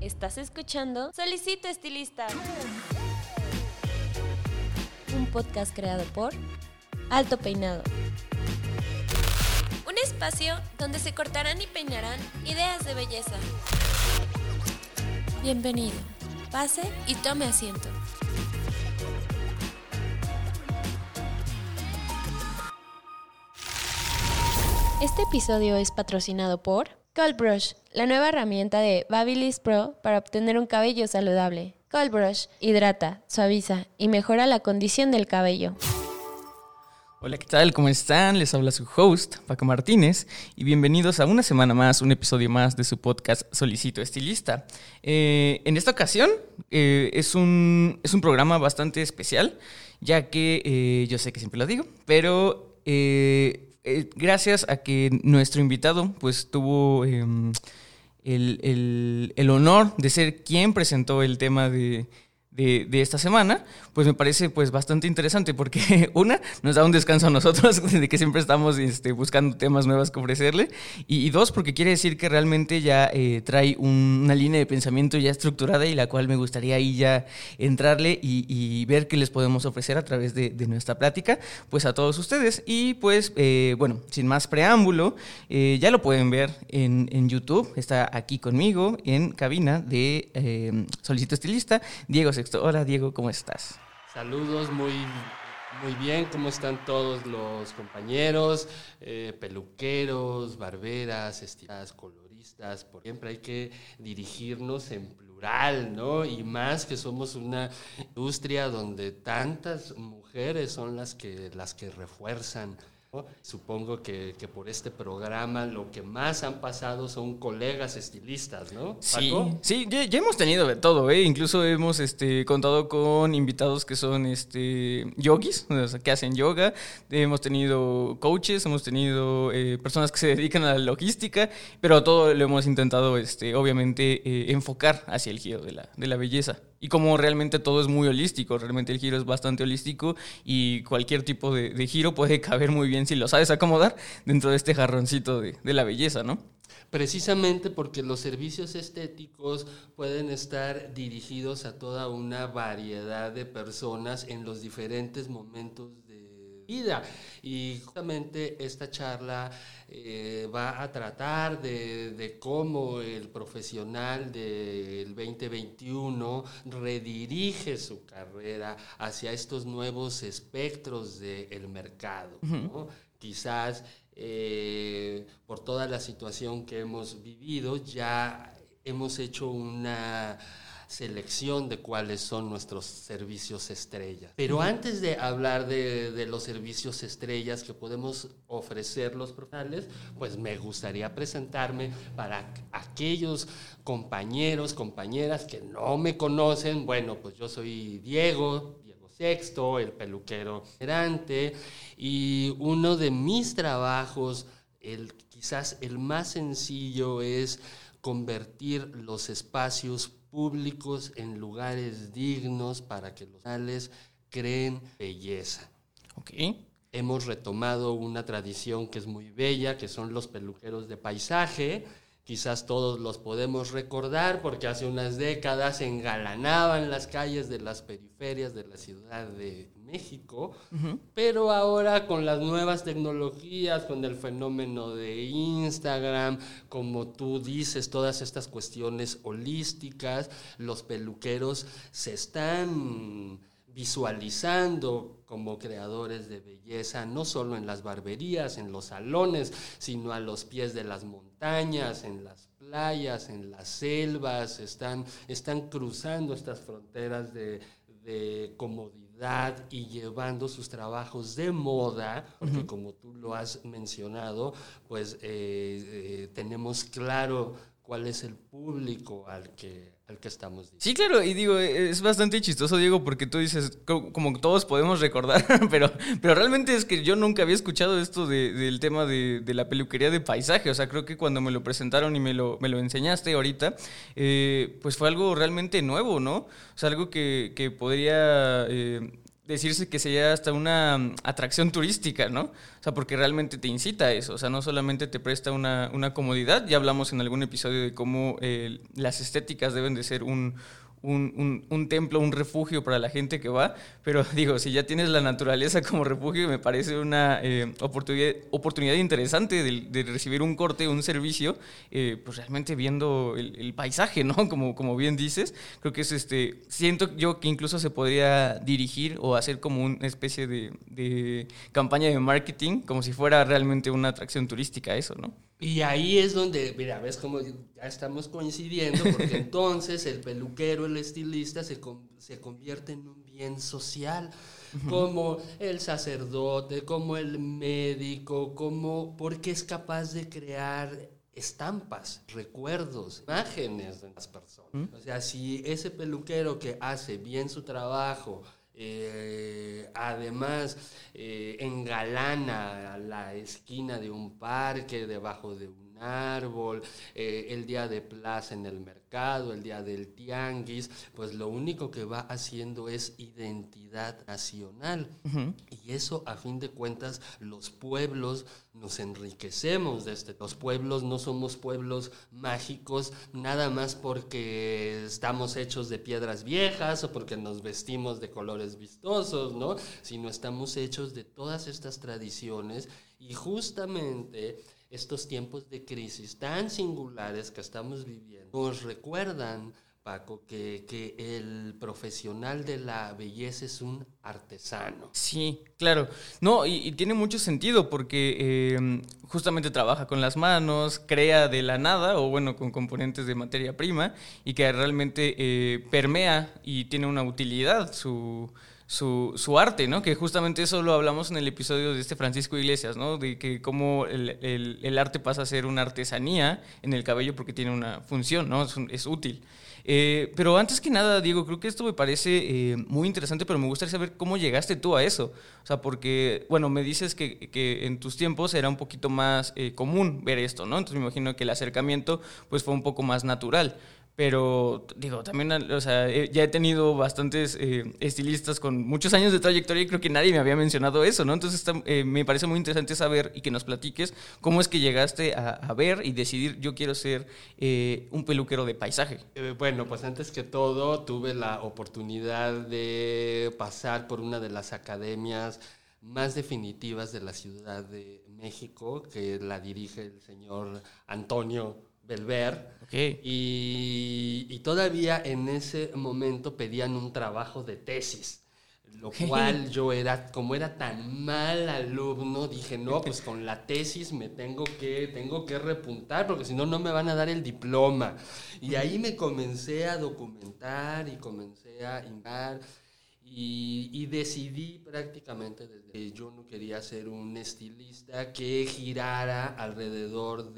Estás escuchando Solicito Estilista, un podcast creado por Alto Peinado. Un espacio donde se cortarán y peinarán ideas de belleza. Bienvenido, pase y tome asiento. Este episodio es patrocinado por Cold Brush, la nueva herramienta de Babyliss Pro para obtener un cabello saludable. Cold Brush hidrata, suaviza y mejora la condición del cabello. Hola, ¿qué tal? ¿Cómo están? Les habla su host, Paco Martínez, y bienvenidos a una semana más, un episodio más de su podcast Solicito Estilista. En esta ocasión es un programa bastante especial, ya que yo sé que siempre lo digo, pero gracias a que nuestro invitado pues tuvo el honor de ser quien presentó el tema de esta semana, pues me parece pues bastante interesante porque una, nos da un descanso a nosotros de que siempre estamos buscando temas nuevos que ofrecerle y dos, porque quiere decir que realmente ya trae una línea de pensamiento ya estructurada y la cual me gustaría ahí ya entrarle y ver qué les podemos ofrecer a través de nuestra plática pues a todos ustedes y pues bueno, sin más preámbulo, ya lo pueden ver en YouTube, está aquí conmigo en cabina de Solicito Estilista, Diego Sexto. Hola Diego, ¿cómo estás? Saludos, muy bien, ¿cómo están todos los compañeros, peluqueros, barberas, estilistas, coloristas? Por siempre hay que dirigirnos en plural, ¿no? Y más que somos una industria donde tantas mujeres son las que refuerzan. Supongo que por este programa lo que más han pasado son colegas estilistas, ¿no, Paco? Sí, ya hemos tenido de todo, incluso hemos contado con invitados que son yogis, o sea, que hacen yoga, hemos tenido coaches, hemos tenido personas que se dedican a la logística, pero todo lo hemos intentado obviamente enfocar hacia el giro de la belleza. Y como realmente todo es muy holístico, realmente el giro es bastante holístico y cualquier tipo de giro puede caber muy bien si lo sabes acomodar dentro de este jarroncito de la belleza, ¿no? Precisamente porque los servicios estéticos pueden estar dirigidos a toda una variedad de personas en los diferentes momentos de vida. Y justamente esta charla va a tratar de cómo el profesional del 2021 redirige su carrera hacia estos nuevos espectros del mercado, ¿no? Quizás por toda la situación que hemos vivido ya hemos hecho una selección de cuáles son nuestros servicios estrellas. Pero antes de hablar de los servicios estrellas que podemos ofrecer los profesionales, pues me gustaría presentarme para aquellos compañeros, compañeras que no me conocen. Bueno, pues yo soy Diego Sexto, el peluquero itinerante, y uno de mis trabajos, quizás el más sencillo, es convertir los espacios públicos en lugares dignos para que los profesionales creen belleza. Okay. Hemos retomado una tradición que es muy bella, que son los peluqueros de paisaje. Quizás todos los podemos recordar porque hace unas décadas se engalanaban las calles de las periferias de la Ciudad de México, pero ahora con las nuevas tecnologías, con el fenómeno de Instagram, como tú dices, todas estas cuestiones holísticas, los peluqueros se están visualizando como creadores de belleza, no solo en las barberías, en los salones, sino a los pies de las montañas, en las playas, en las selvas, están cruzando estas fronteras de comodidad y llevando sus trabajos de moda, porque como tú lo has mencionado, pues tenemos claro cuál es el público al que estamos diciendo. Sí, claro, y digo, es bastante chistoso, Diego, porque tú dices, como todos podemos recordar, pero realmente es que yo nunca había escuchado esto del tema de la peluquería de paisaje. O sea, creo que cuando me lo presentaron y me lo enseñaste ahorita, pues fue algo realmente nuevo, ¿no? O sea, algo que podría decirse que sería hasta una atracción turística, ¿no? O sea, porque realmente te incita a eso. O sea, no solamente te presta una comodidad, ya hablamos en algún episodio de cómo las estéticas deben de ser un templo, un refugio para la gente que va, pero digo, si ya tienes la naturaleza como refugio, me parece una oportunidad interesante de recibir un corte, un servicio, pues realmente viendo el paisaje, ¿no? Como bien dices, creo que es siento yo que incluso se podría dirigir o hacer como una especie de campaña de marketing, como si fuera realmente una atracción turística eso, ¿no? Y ahí es donde, mira, ves cómo ya estamos coincidiendo, porque entonces el peluquero, el estilista se convierte en un bien social, como el sacerdote, como el médico, porque es capaz de crear estampas, recuerdos, imágenes de las personas. O sea, si ese peluquero que hace bien su trabajo, además engalana la esquina de un parque, debajo de un árbol, el día de plaza en el mercado, el día del tianguis, pues lo único que va haciendo es identidad nacional. Y eso, a fin de cuentas, los pueblos nos enriquecemos de Los pueblos no somos pueblos mágicos nada más porque estamos hechos de piedras viejas o porque nos vestimos de colores vistosos, ¿no? Sino estamos hechos de todas estas tradiciones, y justamente estos tiempos de crisis tan singulares que estamos viviendo nos recuerdan, Paco, que el profesional de la belleza es un artesano. Sí, claro. No, y tiene mucho sentido porque justamente trabaja con las manos, crea de la nada, o bueno, con componentes de materia prima, y que realmente permea y tiene una utilidad su arte, ¿no? Que justamente eso lo hablamos en el episodio de Francisco Iglesias, ¿no? De que cómo el arte pasa a ser una artesanía en el cabello porque tiene una función, ¿no? Es útil. Pero antes que nada, Diego, creo que esto me parece muy interesante, pero me gustaría saber cómo llegaste tú a eso. O sea, porque, bueno, me dices que en tus tiempos era un poquito más común ver esto, ¿no? Entonces me imagino que el acercamiento pues fue un poco más natural. Pero, digo, también, o sea, ya he tenido bastantes estilistas con muchos años de trayectoria y creo que nadie me había mencionado eso, ¿no? Entonces me parece muy interesante saber y que nos platiques cómo es que llegaste a ver y decidir, yo quiero ser un peluquero de paisaje. Bueno, pues antes que todo tuve la oportunidad de pasar por una de las academias más definitivas de la Ciudad de México, que la dirige el señor Antonio Belver. Okay. Y todavía en ese momento pedían un trabajo de tesis, lo cual yo como era tan mal alumno, dije, no, pues con la tesis me tengo que repuntar, porque si no, no me van a dar el diploma. Y ahí me comencé a documentar y comencé a indagar. Y decidí prácticamente desde que yo no quería ser un estilista que girara alrededor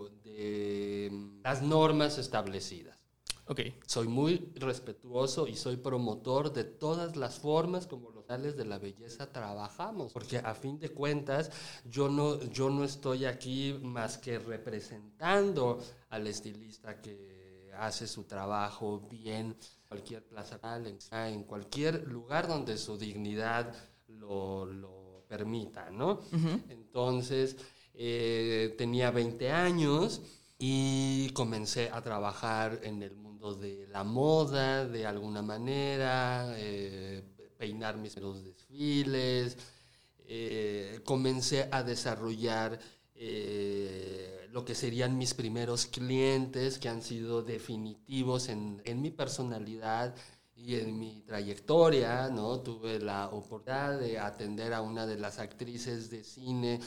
de las normas establecidas. Okay. Soy muy respetuoso y soy promotor de todas las formas como los profesionales de la belleza trabajamos, porque a fin de cuentas yo no estoy aquí más que representando al estilista que hace su trabajo bien, cualquier plaza, en cualquier lugar donde su dignidad lo permita, ¿no? Uh-huh. Entonces, tenía 20 años y comencé a trabajar en el mundo de la moda, de alguna manera, peinar mis primeros desfiles, comencé a desarrollar lo que serían mis primeros clientes, que han sido definitivos en mi personalidad y en mi trayectoria, ¿no? Tuve la oportunidad de atender a una de las actrices de cine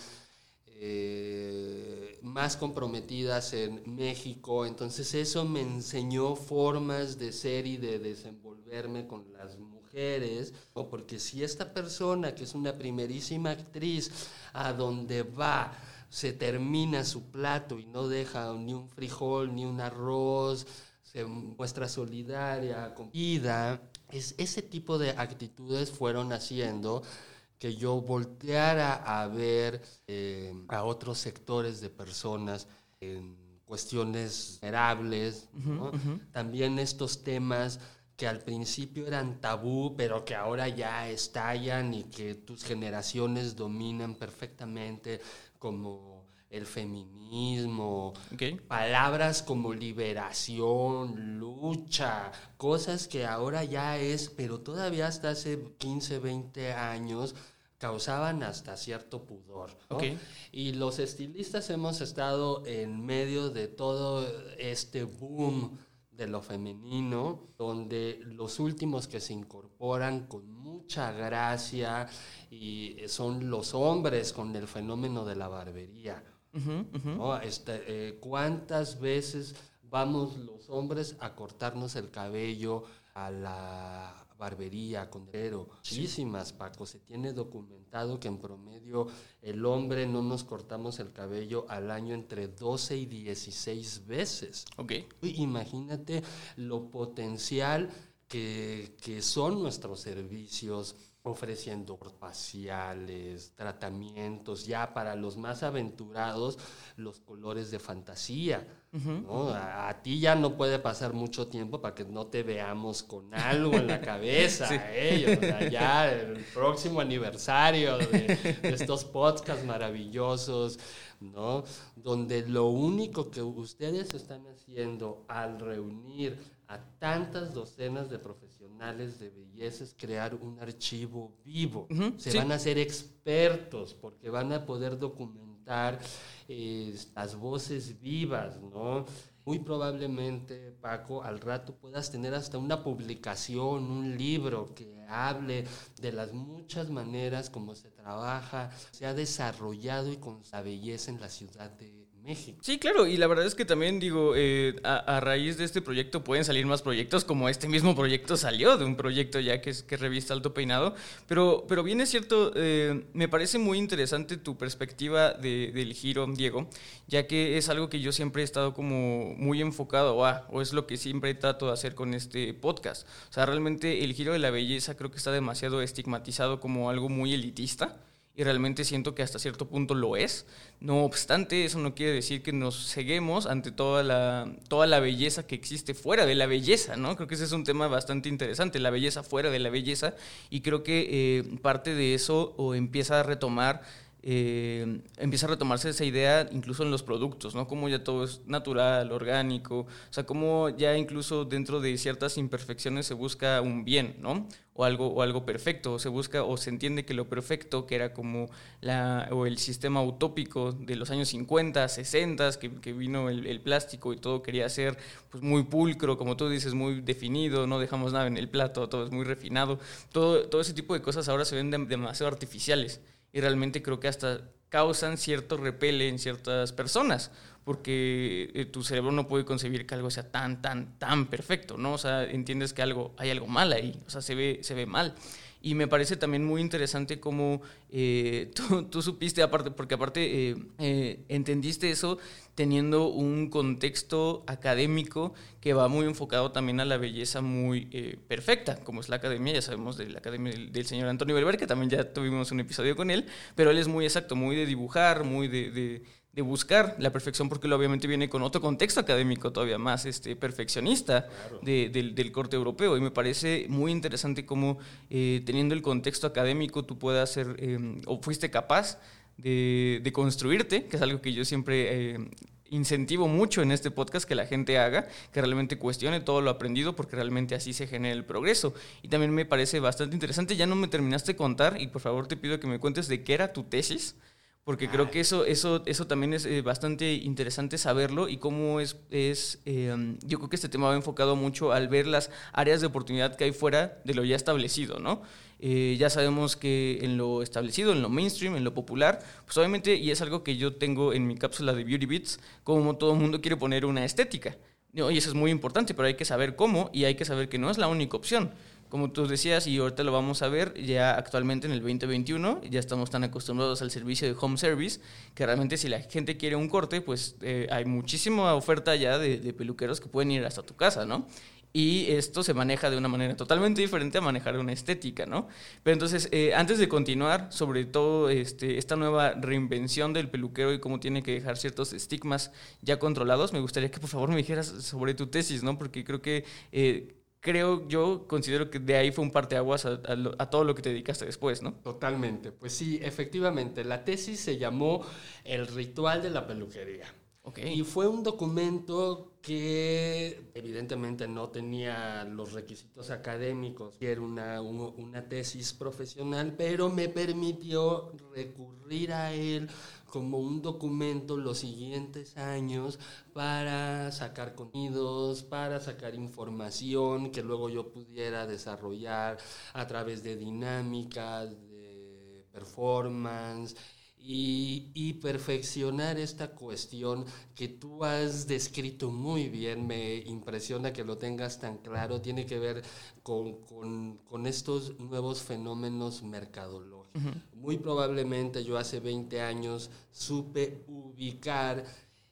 más comprometidas en México. Entonces eso me enseñó formas de ser y de desenvolverme con las mujeres, ¿no? Porque si esta persona, que es una primerísima actriz, a donde va se termina su plato y no deja ni un frijol ni un arroz, se muestra solidaria, acogida, ese tipo de actitudes fueron haciendo que yo volteara a ver a otros sectores de personas en cuestiones vulnerables, ¿no? Uh-huh. También estos temas que al principio eran tabú, pero que ahora ya estallan y que tus generaciones dominan perfectamente, como el feminismo, palabras como liberación, lucha, cosas que ahora ya es, pero todavía hasta hace 15, 20 años causaban hasta cierto pudor, ¿no? Y los estilistas hemos estado en medio de todo este boom de lo femenino, donde los últimos que se incorporan con mucha gracia y son los hombres con el fenómeno de la barbería. ¿No? ¿Cuántas veces vamos los hombres a cortarnos el cabello a la barbería con dinero? Muchísimas, Paco. Se tiene documentado que en promedio el hombre no nos cortamos el cabello al año entre 12 y 16 veces. Imagínate lo potencial que son nuestros servicios, ofreciendo faciales, tratamientos, ya para los más aventurados, los colores de fantasía, ¿no? A ti ya no puede pasar mucho tiempo para que no te veamos con algo en la cabeza, o sea, ya el próximo aniversario de estos podcasts maravillosos, ¿no? Donde lo único que ustedes están haciendo al reunir a tantas docenas de profesionales de belleza es crear un archivo vivo. Se van a hacer expertos porque van a poder documentar las voces vivas, ¿no? Muy probablemente, Paco, al rato puedas tener hasta una publicación, un libro que hable de las muchas maneras como se trabaja, se ha desarrollado y con la belleza en la Ciudad de México. Sí, claro, y la verdad es que también digo, a raíz de este proyecto pueden salir más proyectos, como este mismo proyecto salió de un proyecto ya que es Revista Alto Peinado, pero bien es cierto, me parece muy interesante tu perspectiva del giro, Diego, ya que es algo que yo siempre he estado como muy enfocado o es lo que siempre trato de hacer con este podcast. O sea, realmente el giro de la belleza creo que está demasiado estigmatizado como algo muy elitista. Y realmente siento que hasta cierto punto lo es. No obstante, eso no quiere decir que nos ceguemos ante toda la belleza que existe fuera de la belleza, ¿no? Creo que ese es un tema bastante interesante, la belleza fuera de la belleza, y creo que parte de eso empieza a retomarse esa idea incluso en los productos, ¿no? Como ya todo es natural, orgánico, o sea, como ya incluso dentro de ciertas imperfecciones se busca un bien, ¿no? O algo perfecto, se busca o se entiende que lo perfecto, que era como el sistema utópico de los años 50, 60, que vino el plástico y todo quería ser pues muy pulcro, como tú dices, muy definido, no dejamos nada en el plato, todo es muy refinado, todo ese tipo de cosas ahora se ven demasiado artificiales. Y realmente creo que hasta causan cierto repele en ciertas personas, porque tu cerebro no puede concebir que algo sea tan perfecto, ¿no? O sea, entiendes que hay algo mal ahí, o sea, se ve mal. Y me parece también muy interesante cómo tú supiste, porque aparte entendiste eso teniendo un contexto académico que va muy enfocado también a la belleza muy perfecta, como es la academia, ya sabemos de la academia del señor Antonio Belver, que también ya tuvimos un episodio con él, pero él es muy exacto, muy de dibujar, muy de buscar la perfección, porque él obviamente viene con otro contexto académico todavía más perfeccionista, claro, del corte europeo, y me parece muy interesante cómo teniendo el contexto académico tú puedas ser, o fuiste capaz de construirte, que es algo que yo siempre incentivo mucho en este podcast que la gente haga, que realmente cuestione todo lo aprendido, porque realmente así se genera el progreso. Y también me parece bastante interesante, ya no me terminaste de contar, y por favor te pido que me cuentes de qué era tu tesis, porque creo que eso también es bastante interesante saberlo, y cómo yo creo que este tema va enfocado mucho al ver las áreas de oportunidad que hay fuera de lo ya establecido, ¿no? Ya sabemos que en lo establecido, en lo mainstream, en lo popular, pues obviamente, y es algo que yo tengo en mi cápsula de Beauty Beats, como todo el mundo quiere poner una estética, ¿no? Y eso es muy importante, pero hay que saber cómo, y hay que saber que no es la única opción. Como tú decías, y ahorita lo vamos a ver, ya actualmente en el 2021, ya estamos tan acostumbrados al servicio de home service, que realmente si la gente quiere un corte, pues hay muchísima oferta ya de peluqueros que pueden ir hasta tu casa, ¿no? Y esto se maneja de una manera totalmente diferente a manejar una estética, ¿no? Pero entonces, antes de continuar, sobre todo esta nueva reinvención del peluquero y cómo tiene que dejar ciertos estigmas ya controlados, me gustaría que por favor me dijeras sobre tu tesis, ¿no? Porque creo que considero que de ahí fue un parteaguas a todo lo que te dedicaste después, ¿no? Totalmente. Pues sí, efectivamente. La tesis se llamó El ritual de la peluquería. Okay. Y fue un documento que evidentemente no tenía los requisitos académicos, era una tesis profesional, pero me permitió recurrir a él como un documento los siguientes años para sacar contenidos, para sacar información que luego yo pudiera desarrollar a través de dinámicas, de performance, y perfeccionar esta cuestión que tú has descrito muy bien. Me impresiona que lo tengas tan claro. Tiene que ver con estos nuevos fenómenos mercadológicos. Uh-huh. Muy probablemente yo hace 20 años supe ubicar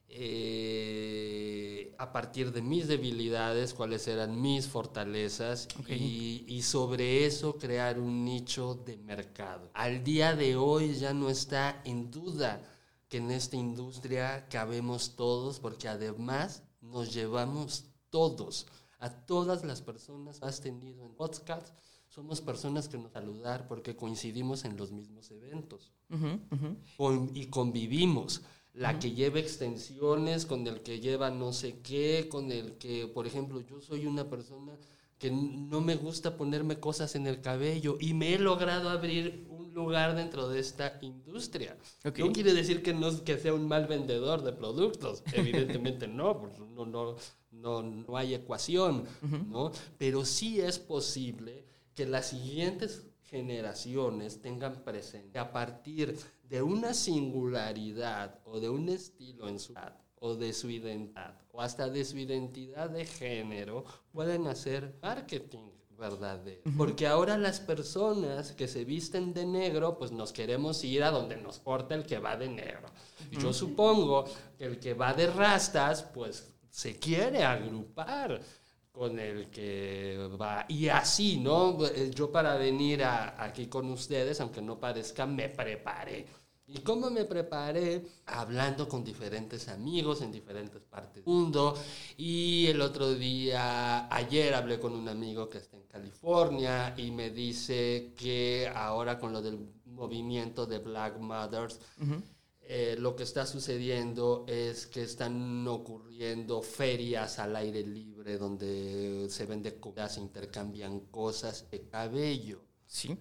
a partir de mis debilidades cuáles eran mis fortalezas, okay, y sobre eso crear un nicho de mercado. Al día de hoy ya no está en duda que en esta industria cabemos todos, porque además nos llevamos todos, a todas las personas que has tenido en podcast. Somos personas que nos saludar porque coincidimos en los mismos eventos, uh-huh, uh-huh, y convivimos. La que lleva extensiones, con el que lleva no sé qué, con el que, por ejemplo, yo soy una persona que no me gusta ponerme cosas en el cabello y me he logrado abrir un lugar dentro de esta industria. Okay. No quiere decir que sea un mal vendedor de productos, evidentemente no, porque no hay ecuación, uh-huh, ¿no? Pero sí es posible que las siguientes generaciones tengan presente a partir de una singularidad o de un estilo en su edad o de su identidad o hasta de su identidad de género pueden hacer marketing verdadero. Uh-huh. Porque ahora las personas que se visten de negro, pues nos queremos ir a donde nos corta el que va de negro. Uh-huh. Yo supongo que el que va de rastas, pues se quiere agrupar con el que va, y así, ¿no? Yo para venir aquí con ustedes, aunque no parezca, me preparé. ¿Y cómo me preparé? Hablando con diferentes amigos en diferentes partes del mundo. Y el otro día, ayer hablé con un amigo que está en California y me dice que ahora con lo del movimiento de Black Mothers, uh-huh, lo que está sucediendo es que están ocurriendo ferias al aire libre donde se vende cosas, se intercambian cosas de cabello. Sí.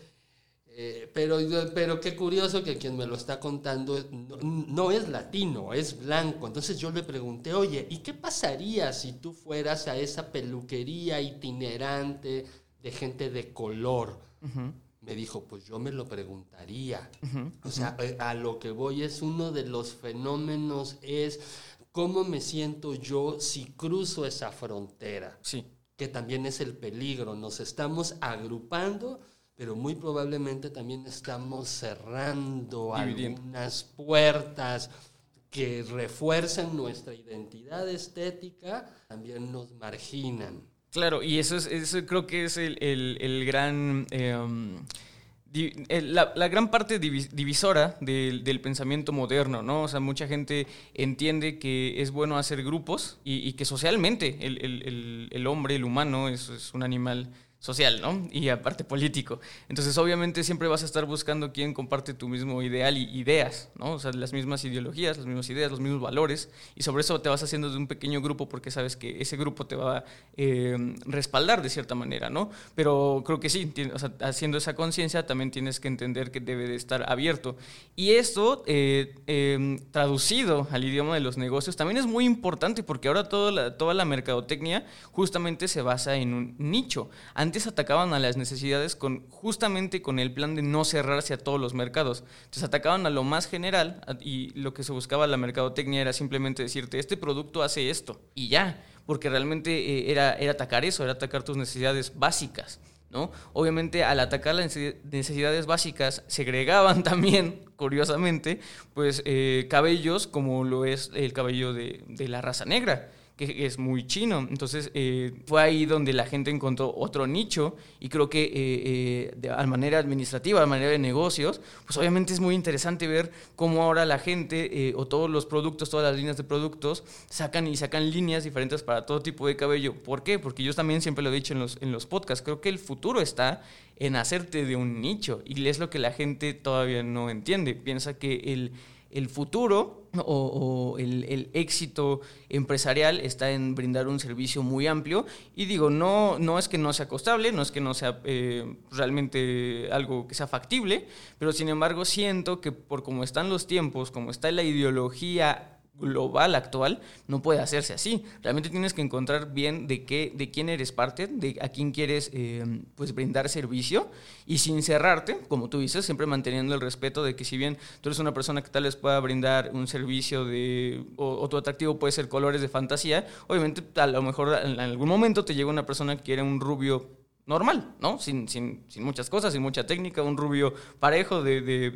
Pero qué curioso que quien me lo está contando no es latino, es blanco. Entonces yo le pregunté, oye, ¿y qué pasaría si tú fueras a esa peluquería itinerante de gente de color? Uh-huh. Me dijo, pues yo me lo preguntaría. Uh-huh. O sea, a lo que voy es uno de los fenómenos es cómo me siento yo si cruzo esa frontera. Sí. Que también es el peligro. Nos estamos agrupando, pero muy probablemente también estamos cerrando algunas puertas que refuerzan nuestra identidad estética, también nos marginan. Claro, y eso creo que es el gran... la gran parte divisora del pensamiento moderno, ¿no? O sea, mucha gente entiende que es bueno hacer grupos y que socialmente el hombre, el humano, es un animal social, ¿no? Y aparte político. Entonces, obviamente, siempre vas a estar buscando quién comparte tu mismo ideal y ideas, ¿no? O sea, las mismas ideologías, las mismas ideas, los mismos valores, y sobre eso te vas haciendo de un pequeño grupo porque sabes que ese grupo te va a respaldar de cierta manera, ¿no? Pero creo que sí, o sea, haciendo esa conciencia también tienes que entender que debe de estar abierto. Y esto, traducido al idioma de los negocios, también es muy importante porque ahora toda la mercadotecnia justamente se basa en un nicho. Antes atacaban a las necesidades justamente con el plan de no cerrarse a todos los mercados. Entonces atacaban a lo más general y lo que se buscaba la mercadotecnia era simplemente decirte, este producto hace esto y ya, porque realmente era atacar eso, era atacar tus necesidades básicas, ¿no? Obviamente al atacar las necesidades básicas segregaban también, curiosamente, pues cabellos como lo es el cabello de la raza negra, que es muy chino. Entonces fue ahí donde la gente encontró otro nicho y creo que de manera administrativa, de manera de negocios, pues obviamente es muy interesante ver cómo ahora la gente o todos los productos, todas las líneas de productos sacan líneas diferentes para todo tipo de cabello. ¿Por qué? Porque yo también siempre lo he dicho en los podcasts, creo que el futuro está en hacerte de un nicho y es lo que la gente todavía no entiende. Piensa que el futuro o el éxito empresarial está en brindar un servicio muy amplio y digo, no es que no sea costable, no es que no sea realmente algo que sea factible, pero sin embargo siento que por cómo están los tiempos, como está la ideología global actual, no puede hacerse así. Realmente tienes que encontrar bien de quién eres parte, de a quién quieres pues brindar servicio y sin cerrarte, como tú dices, siempre manteniendo el respeto de que si bien tú eres una persona que tal vez pueda brindar un servicio o tu atractivo puede ser colores de fantasía, obviamente a lo mejor en algún momento te llega una persona que quiere un rubio normal, ¿no? Sin muchas cosas, sin mucha técnica, un rubio parejo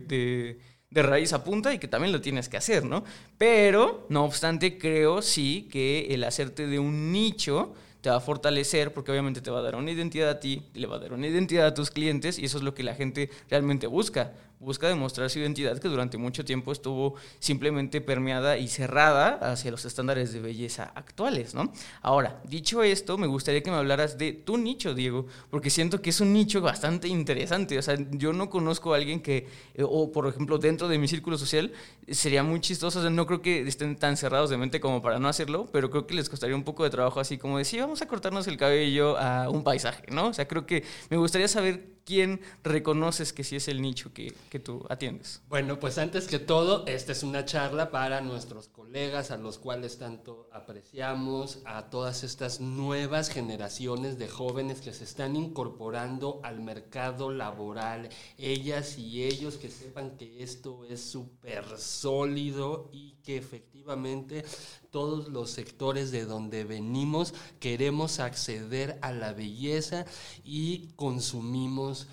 de raíz a punta y que también lo tienes que hacer, ¿no? Pero, no obstante, creo sí que el hacerte de un nicho te va a fortalecer porque obviamente te va a dar una identidad a ti, le va a dar una identidad a tus clientes y eso es lo que la gente realmente busca demostrar su identidad que durante mucho tiempo estuvo simplemente permeada y cerrada hacia los estándares de belleza actuales, ¿no? Ahora, dicho esto, me gustaría que me hablaras de tu nicho, Diego, porque siento que es un nicho bastante interesante, o sea, yo no conozco a alguien que, o por ejemplo, dentro de mi círculo social, sería muy chistoso, o sea, no creo que estén tan cerrados de mente como para no hacerlo, pero creo que les costaría un poco de trabajo así como decir, vamos a cortarnos el cabello a un paisaje, ¿no? O sea, creo que me gustaría saber quién reconoces que sí es el nicho que tú atiendes. Bueno, pues antes que todo, esta es una charla para nuestros colegas a los cuales tanto apreciamos, a todas estas nuevas generaciones de jóvenes que se están incorporando al mercado laboral, ellas y ellos que sepan que esto es súper sólido y que efectivamente todos los sectores de donde venimos queremos acceder a la belleza y consumimos.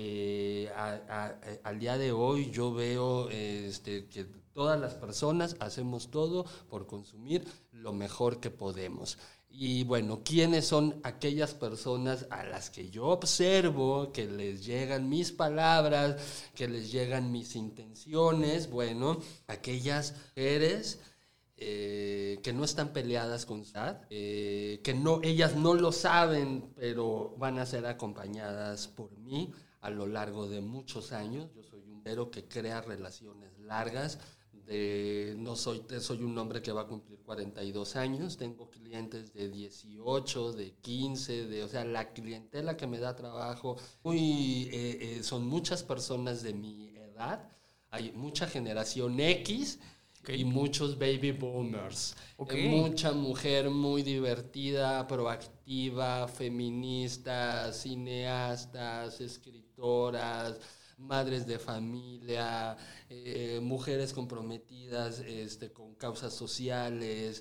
Al día de hoy yo veo que todas las personas hacemos todo por consumir lo mejor que podemos. Y bueno, ¿quiénes son aquellas personas a las que yo observo que les llegan mis palabras, que les llegan mis intenciones? Bueno, aquellas mujeres que no están peleadas con SAT, que no, ellas no lo saben, pero van a ser acompañadas por mí a lo largo de muchos años. Yo soy un hombre que crea relaciones largas. Soy un hombre que va a cumplir 42 años. Tengo clientes de 18, de 15, o sea, la clientela que me da trabajo. Son muchas personas de mi edad. Hay mucha generación X. Okay. Y muchos baby boomers. Okay. Mucha mujer muy divertida, proactiva, feminista, cineastas, escritoras, madres de familia, mujeres comprometidas con causas sociales.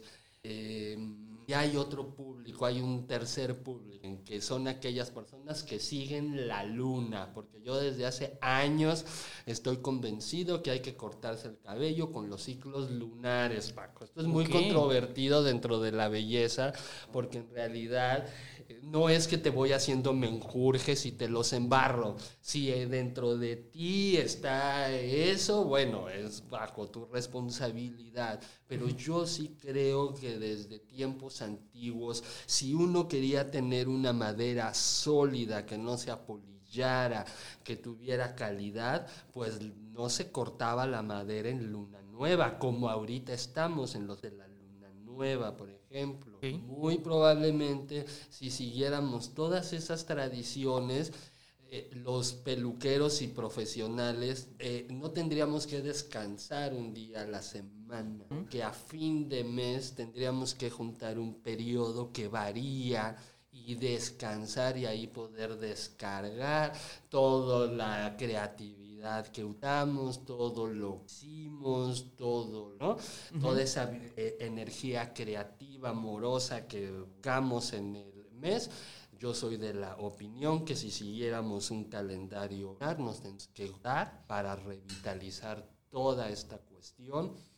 Y hay otro público, hay un tercer público, que son aquellas personas que siguen la luna, porque yo desde hace años estoy convencido que hay que cortarse el cabello con los ciclos lunares, Paco. Esto es muy controvertido dentro de la belleza, porque en realidad no es que te voy haciendo menjurjes y te los embarro. Si dentro de ti está eso, bueno, es bajo tu responsabilidad. Pero yo sí creo que desde tiempos antiguos, si uno quería tener una madera sólida, que no se apolillara, que tuviera calidad, pues no se cortaba la madera en luna nueva, como ahorita estamos en los de la luna nueva, por ejemplo. ¿Sí? Muy probablemente, si siguiéramos todas esas tradiciones, los peluqueros y profesionales no tendríamos que descansar un día a la semana, que a fin de mes tendríamos que juntar un periodo que varía y descansar y ahí poder descargar toda la creatividad que usamos, todo lo que hicimos, todo, ¿no? Uh-huh. Toda esa energía creativa, amorosa que buscamos en el mes. Yo soy de la opinión que si siguiéramos un calendario, nos tenemos que dar para revitalizar toda esta cuestión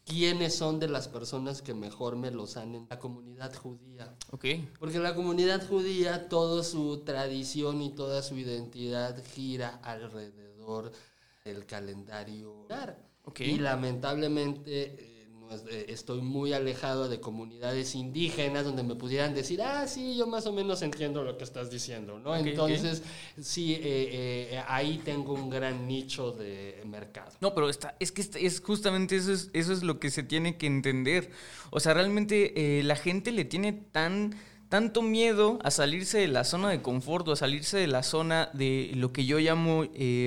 ¿quiénes son de las personas que mejor me los han en la comunidad judía? Okay. Porque la comunidad judía, toda su tradición y toda su identidad gira alrededor del calendario lunar. Okay. Y lamentablemente estoy muy alejado de comunidades indígenas donde me pudieran decir, sí, yo más o menos entiendo lo que estás diciendo, ¿no? Okay, Entonces, sí, ahí tengo un gran nicho de mercado. No, pero es justamente eso es lo que se tiene que entender. O sea, realmente la gente le tiene tanto miedo a salirse de la zona de confort o a salirse de la zona de lo que yo llamo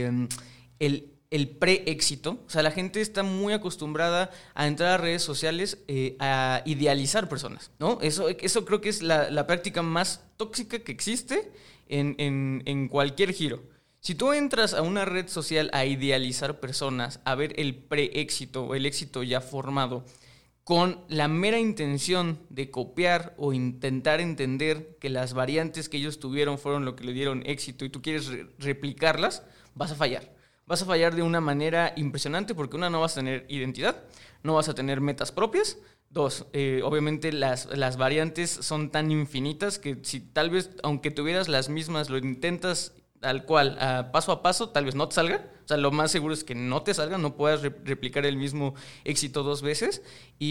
el pre-éxito. O sea, la gente está muy acostumbrada a entrar a redes sociales a idealizar personas, ¿no? Eso creo que es la práctica más tóxica que existe en cualquier giro. Si tú entras a una red social a idealizar personas, a ver el pre-éxito o el éxito ya formado, con la mera intención de copiar o intentar entender que las variantes que ellos tuvieron fueron lo que le dieron éxito y tú quieres replicarlas, vas a fallar. Vas a fallar de una manera impresionante porque una, no vas a tener identidad, no vas a tener metas propias. Dos, obviamente las variantes son tan infinitas que si tal vez, aunque tuvieras las mismas, lo intentas tal cual, paso a paso, tal vez no te salga. O sea, lo más seguro es que no te salga, no puedas replicar el mismo éxito 2 veces.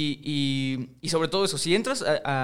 Y sobre todo eso, si entras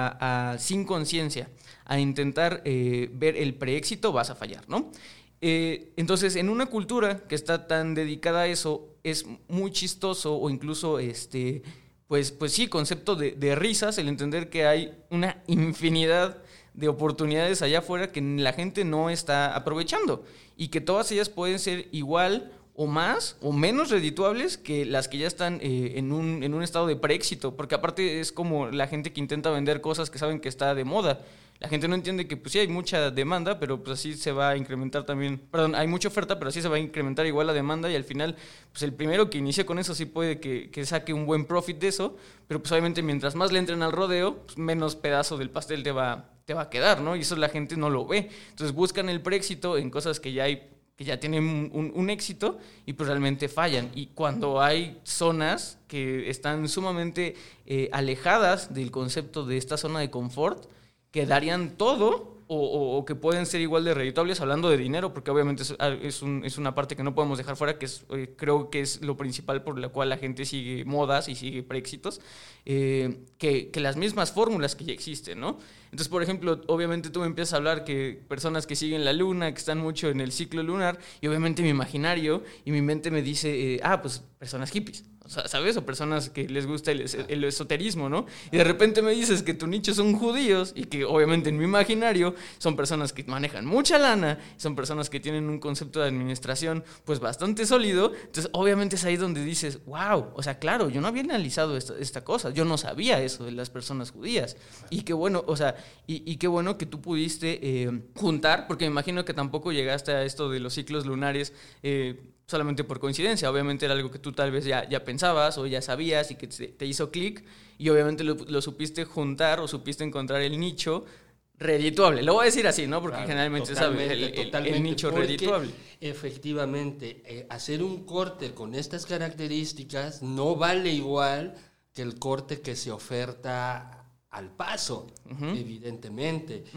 sin conciencia a intentar ver el preéxito, vas a fallar, ¿no? Entonces, en una cultura que está tan dedicada a eso, es muy chistoso o incluso, pues sí, concepto de risas, el entender que hay una infinidad de oportunidades allá afuera que la gente no está aprovechando y que todas ellas pueden ser igual o más o menos redituables que las que ya están en un estado de preéxito, porque aparte es como la gente que intenta vender cosas que saben que está de moda. La gente no entiende que pues sí hay mucha demanda, pero pues así se va a incrementar también, hay mucha oferta, pero así se va a incrementar igual la demanda y al final pues el primero que inicie con eso sí puede que saque un buen profit de eso, pero pues obviamente mientras más le entren al rodeo, pues menos pedazo del pastel te va a quedar, ¿no? Y eso la gente no lo ve. Entonces buscan el preéxito en cosas que ya tienen un éxito y pues realmente fallan. Y cuando hay zonas que están sumamente alejadas del concepto de esta zona de confort, que darían todo o que pueden ser igual de redituables hablando de dinero, porque obviamente es una parte que no podemos dejar fuera, que creo que es lo principal por la cual la gente sigue modas y sigue preéxitos, que las mismas fórmulas que ya existen, ¿no? Entonces, por ejemplo, obviamente tú me empiezas a hablar que personas que siguen la luna, que están mucho en el ciclo lunar, y obviamente mi imaginario y mi mente me dice, pues personas hippies. O sea, ¿sabes? O personas que les gusta el esoterismo, ¿no? Y de repente me dices que tu nicho son judíos y que obviamente en mi imaginario son personas que manejan mucha lana, son personas que tienen un concepto de administración pues bastante sólido. Entonces, obviamente es ahí donde dices, wow, o sea, claro, yo no había analizado esta cosa, yo no sabía eso de las personas judías. Y qué bueno, o sea, y qué bueno que tú pudiste juntar, porque me imagino que tampoco llegaste a esto de los ciclos lunares solamente por coincidencia. Obviamente era algo que tú tal vez ya pensabas o ya sabías y que te hizo clic y obviamente lo supiste juntar o supiste encontrar el nicho redituable. Lo voy a decir así, ¿no? Porque claro, generalmente se sabe el nicho redituable. Efectivamente, hacer un corte con estas características no vale igual que el corte que se oferta al paso, evidentemente.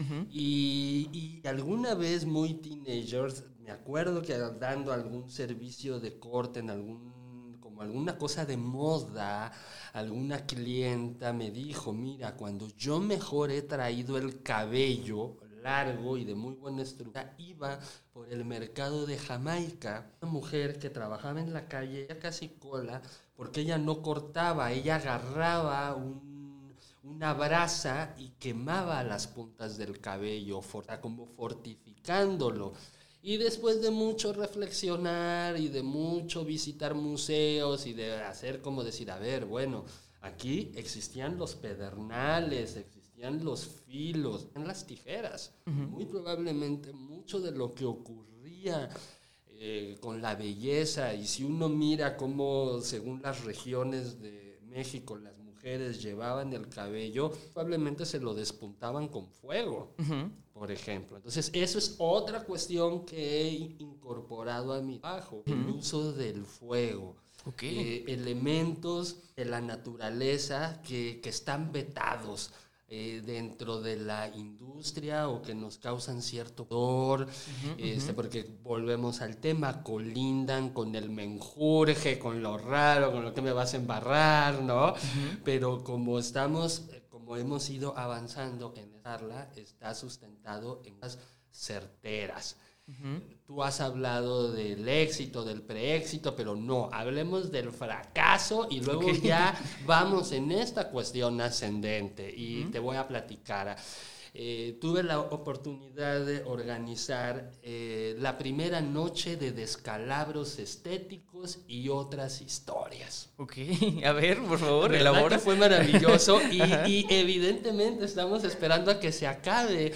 Y alguna vez muy teenagers, me acuerdo que dando algún servicio de corte en alguna cosa de moda, alguna clienta me dijo, mira, cuando yo mejor he traído el cabello largo y de muy buena estructura, iba por el mercado de Jamaica, una mujer que trabajaba en la calle, ya casi cola, porque ella no cortaba, ella agarraba una brasa y quemaba las puntas del cabello, como fortificándolo. Y después de mucho reflexionar y de mucho visitar museos y de hacer como decir, a ver, bueno, aquí existían los pedernales, existían los filos, en las tijeras. Muy probablemente mucho de lo que ocurría con la belleza, y si uno mira cómo según las regiones de México las mujeres llevaban el cabello, probablemente se lo despuntaban con fuego, por ejemplo. Entonces, eso es otra cuestión que he incorporado a mi trabajo, el uso del fuego. elementos de la naturaleza que están vetados dentro de la industria o que nos causan cierto dolor, porque volvemos al tema, colindan con el menjurje, con lo raro, con lo que me vas a embarrar, ¿no? Pero como hemos ido avanzando en esta charla, está sustentado en las certeras. Tú has hablado del éxito, del preéxito, pero no, hablemos del fracaso y luego ya vamos en esta cuestión ascendente y te voy a platicar. Tuve la oportunidad de organizar la primera noche de descalabros estéticos y otras historias. Ok, a ver, por favor, ¿Verdad elabora. que fue maravilloso? y evidentemente estamos esperando a que se acabe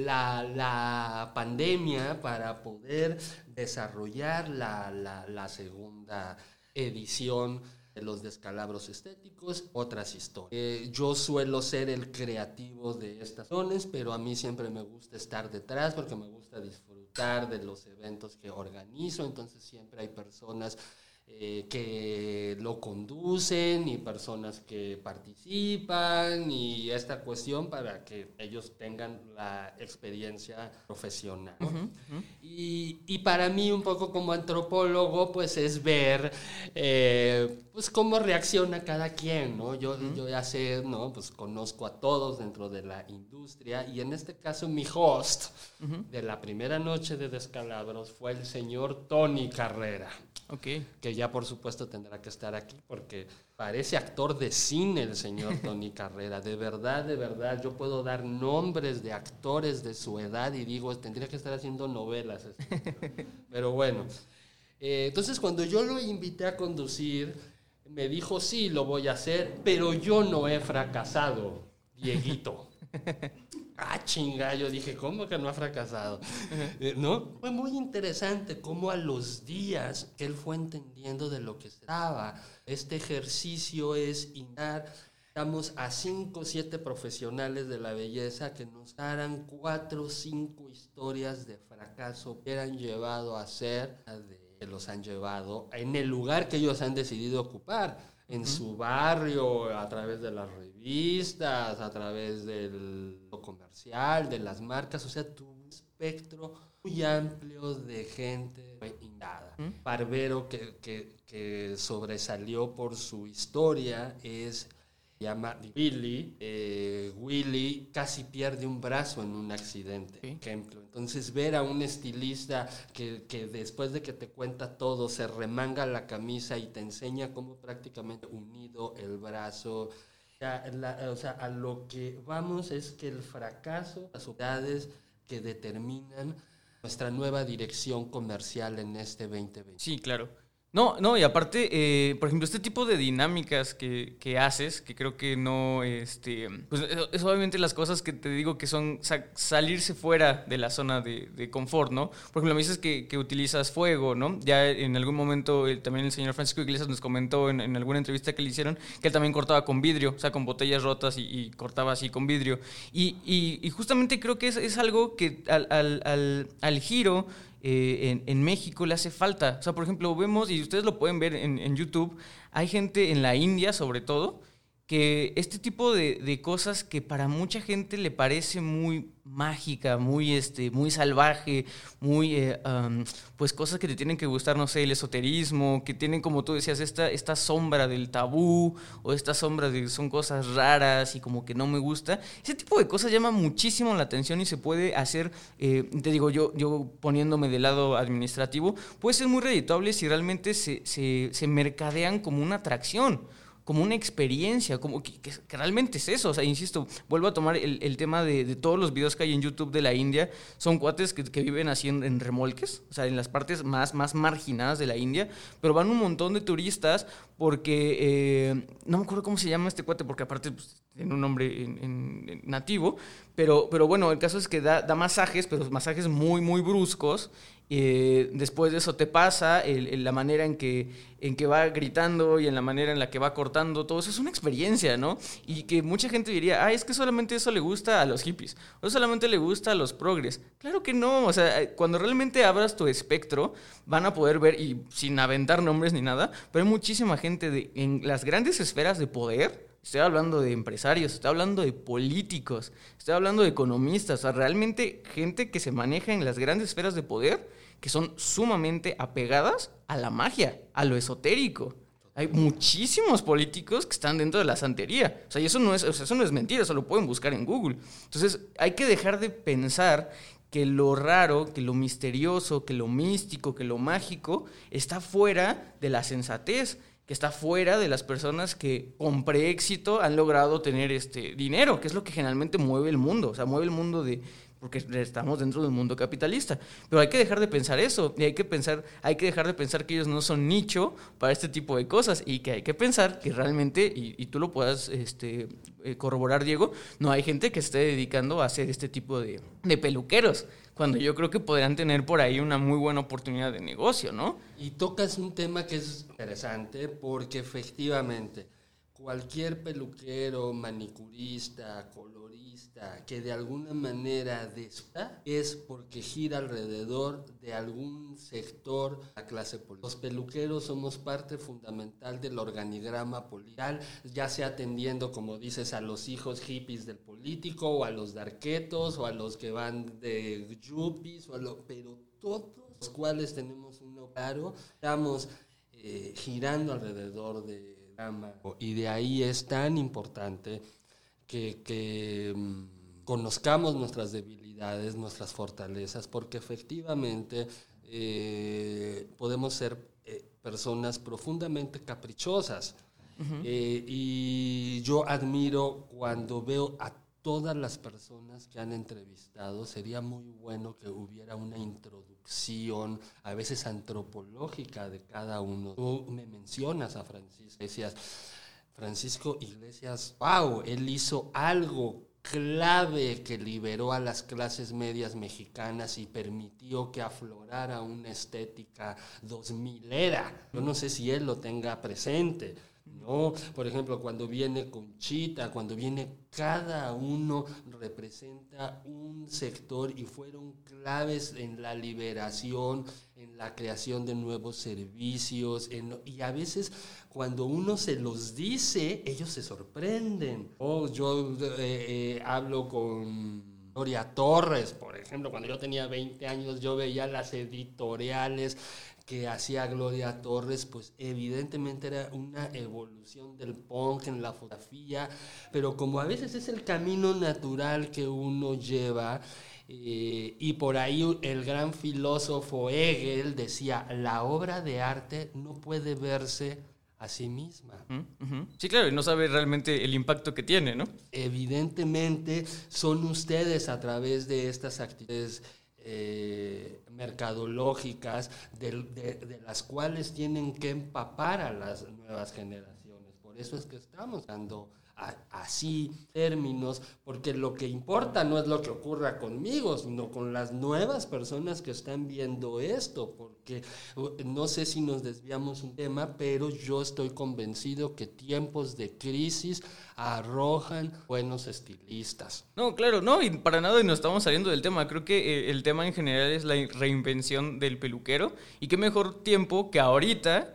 la pandemia para poder desarrollar la segunda edición de los descalabros estéticos, otras historias. Yo suelo ser el creativo de estas zonas, pero a mí siempre me gusta estar detrás porque me gusta disfrutar de los eventos que organizo, entonces siempre hay personas que lo conducen y personas que participan y esta cuestión para que ellos tengan la experiencia profesional. Y para mí un poco como antropólogo pues es ver pues cómo reacciona cada quien, ¿no? Yo ya sé, ¿no? Pues conozco a todos dentro de la industria y en este caso mi host de la primera noche de Descalabros fue el señor Tony Carrera. Que ya por supuesto tendrá que estar aquí porque parece actor de cine el señor Tony Carrera. De verdad, yo puedo dar nombres de actores de su edad y digo, tendría que estar haciendo novelas. Pero bueno, entonces cuando yo lo invité a conducir, me dijo, sí, lo voy a hacer, pero yo no he fracasado, Dieguito. Chinga, yo dije, ¿cómo que no ha fracasado? ¿No? Fue muy interesante cómo a los días que él fue entendiendo de lo que se daba. Este ejercicio es indagar. Estamos a 5 o 7 profesionales de la belleza que nos darán 4 o 5 historias de fracaso que han llevado a ser, que los han llevado en el lugar que ellos han decidido ocupar. En su barrio, a través de las revistas, a través del comercial, de las marcas, o sea, tuvo un espectro muy amplio de gente indagada. Barbero que sobresalió por su historia se llama Willy. Willy casi pierde un brazo en un accidente, por ejemplo. Entonces ver a un estilista que después de que te cuenta todo se remanga la camisa y te enseña cómo prácticamente unido el brazo. O sea, a lo que vamos es que el fracaso, las sociedades que determinan nuestra nueva dirección comercial en este 2020. Sí, claro. No, y aparte, por ejemplo, este tipo de dinámicas que haces, que creo que no, pues es obviamente las cosas que te digo que son salirse fuera de la zona de confort, ¿no? Por ejemplo, me dices que utilizas fuego, ¿no? Ya en algún momento también el señor Francisco Iglesias nos comentó en alguna entrevista que le hicieron que él también cortaba con vidrio, o sea, con botellas rotas y cortaba así con vidrio. Y justamente creo que es algo que al giro en México le hace falta. O sea, por ejemplo, vemos, y ustedes lo pueden ver en YouTube, hay gente en la India, sobre todo, que este tipo de cosas que para mucha gente le parece muy mágica, muy salvaje, muy pues cosas que te tienen que gustar, no sé, el esoterismo, que tienen, como tú decías, esta sombra del tabú, o esta sombra de son cosas raras y como que no me gusta. Ese tipo de cosas llama muchísimo la atención y se puede hacer, te digo, yo poniéndome del lado administrativo, puede ser muy redituable si realmente se mercadean como una atracción, como una experiencia, como que realmente es eso. O sea, insisto, vuelvo a tomar el tema de todos los videos que hay en YouTube de la India. Son cuates que viven así en remolques, o sea, en las partes más marginadas de la India, pero van un montón de turistas porque, no me acuerdo cómo se llama este cuate, porque aparte pues, en un nombre en nativo, pero bueno, el caso es que da masajes, pero masajes muy, muy bruscos. Después de eso te pasa la manera en que va gritando y en la manera en la que va cortando, todo eso es una experiencia, ¿no? Y que mucha gente diría, es que solamente eso le gusta a los hippies, o solamente le gusta a los progres. Claro que no, o sea, cuando realmente abras tu espectro, van a poder ver, y sin aventar nombres ni nada, pero hay muchísima gente en las grandes esferas de poder. Estoy hablando de empresarios, estoy hablando de políticos, estoy hablando de economistas, o sea, realmente gente que se maneja en las grandes esferas de poder, que son sumamente apegadas a la magia, a lo esotérico. Hay muchísimos políticos que están dentro de la santería. O sea, y eso no es mentira, eso lo pueden buscar en Google. Entonces, hay que dejar de pensar que lo raro, que lo misterioso, que lo místico, que lo mágico está fuera de la sensatez, que está fuera de las personas que con preéxito han logrado tener dinero, que es lo que generalmente mueve el mundo. O sea, mueve el mundo porque estamos dentro del mundo capitalista. Pero hay que dejar de pensar eso, y hay que dejar de pensar que ellos no son nicho para este tipo de cosas, y que hay que pensar que realmente, y tú lo puedas corroborar, Diego, no hay gente que esté dedicando a hacer este tipo de peluqueros, cuando yo creo que podrían tener por ahí una muy buena oportunidad de negocio, ¿no? Y tocas un tema que es interesante porque efectivamente cualquier peluquero, manicurista, colorista que de alguna manera destaca es porque gira alrededor de algún sector de la clase política. Los peluqueros somos parte fundamental del organigrama político, ya sea atendiendo, como dices, a los hijos hippies del político, o a los darquetos, o a los que van de yuppies, pero todos los cuales tenemos un claro, estamos girando alrededor de y de ahí es tan importante que conozcamos nuestras debilidades, nuestras fortalezas, porque efectivamente podemos ser personas profundamente caprichosas. Uh-huh. Y yo admiro cuando veo a todas las personas que han entrevistado. Sería muy bueno que hubiera una introducción, a veces antropológica, de cada uno. Tú me mencionas a Francisco Iglesias, wow, él hizo algo clave que liberó a las clases medias mexicanas y permitió que aflorara una estética 2000era. Yo no sé si él lo tenga presente, ¿no? Por ejemplo, cuando viene Conchita, cuando viene, cada uno representa un sector y fueron claves en la liberación, en la creación de nuevos servicios, y a veces cuando uno se los dice, ellos se sorprenden. Yo hablo con Gloria Torres, por ejemplo, cuando yo tenía 20 años, yo veía las editoriales que hacía Gloria Torres, pues evidentemente era una evolución del punk en la fotografía, pero como a veces es el camino natural que uno lleva, y por ahí el gran filósofo Hegel decía, la obra de arte no puede verse a sí misma. Uh-huh. Sí, claro, y no sabe realmente el impacto que tiene, ¿no? Evidentemente son ustedes, a través de estas actividades mercadológicas, de las cuales tienen que empapar a las nuevas generaciones. Por eso es que estamos dando así términos, porque lo que importa no es lo que ocurra conmigo, sino con las nuevas personas que están viendo esto, porque no sé si nos desviamos un tema, pero yo estoy convencido que tiempos de crisis arrojan buenos estilistas. No, claro, no, y para nada no estamos saliendo del tema. Creo que el tema en general es la reinvención del peluquero, y qué mejor tiempo que ahorita,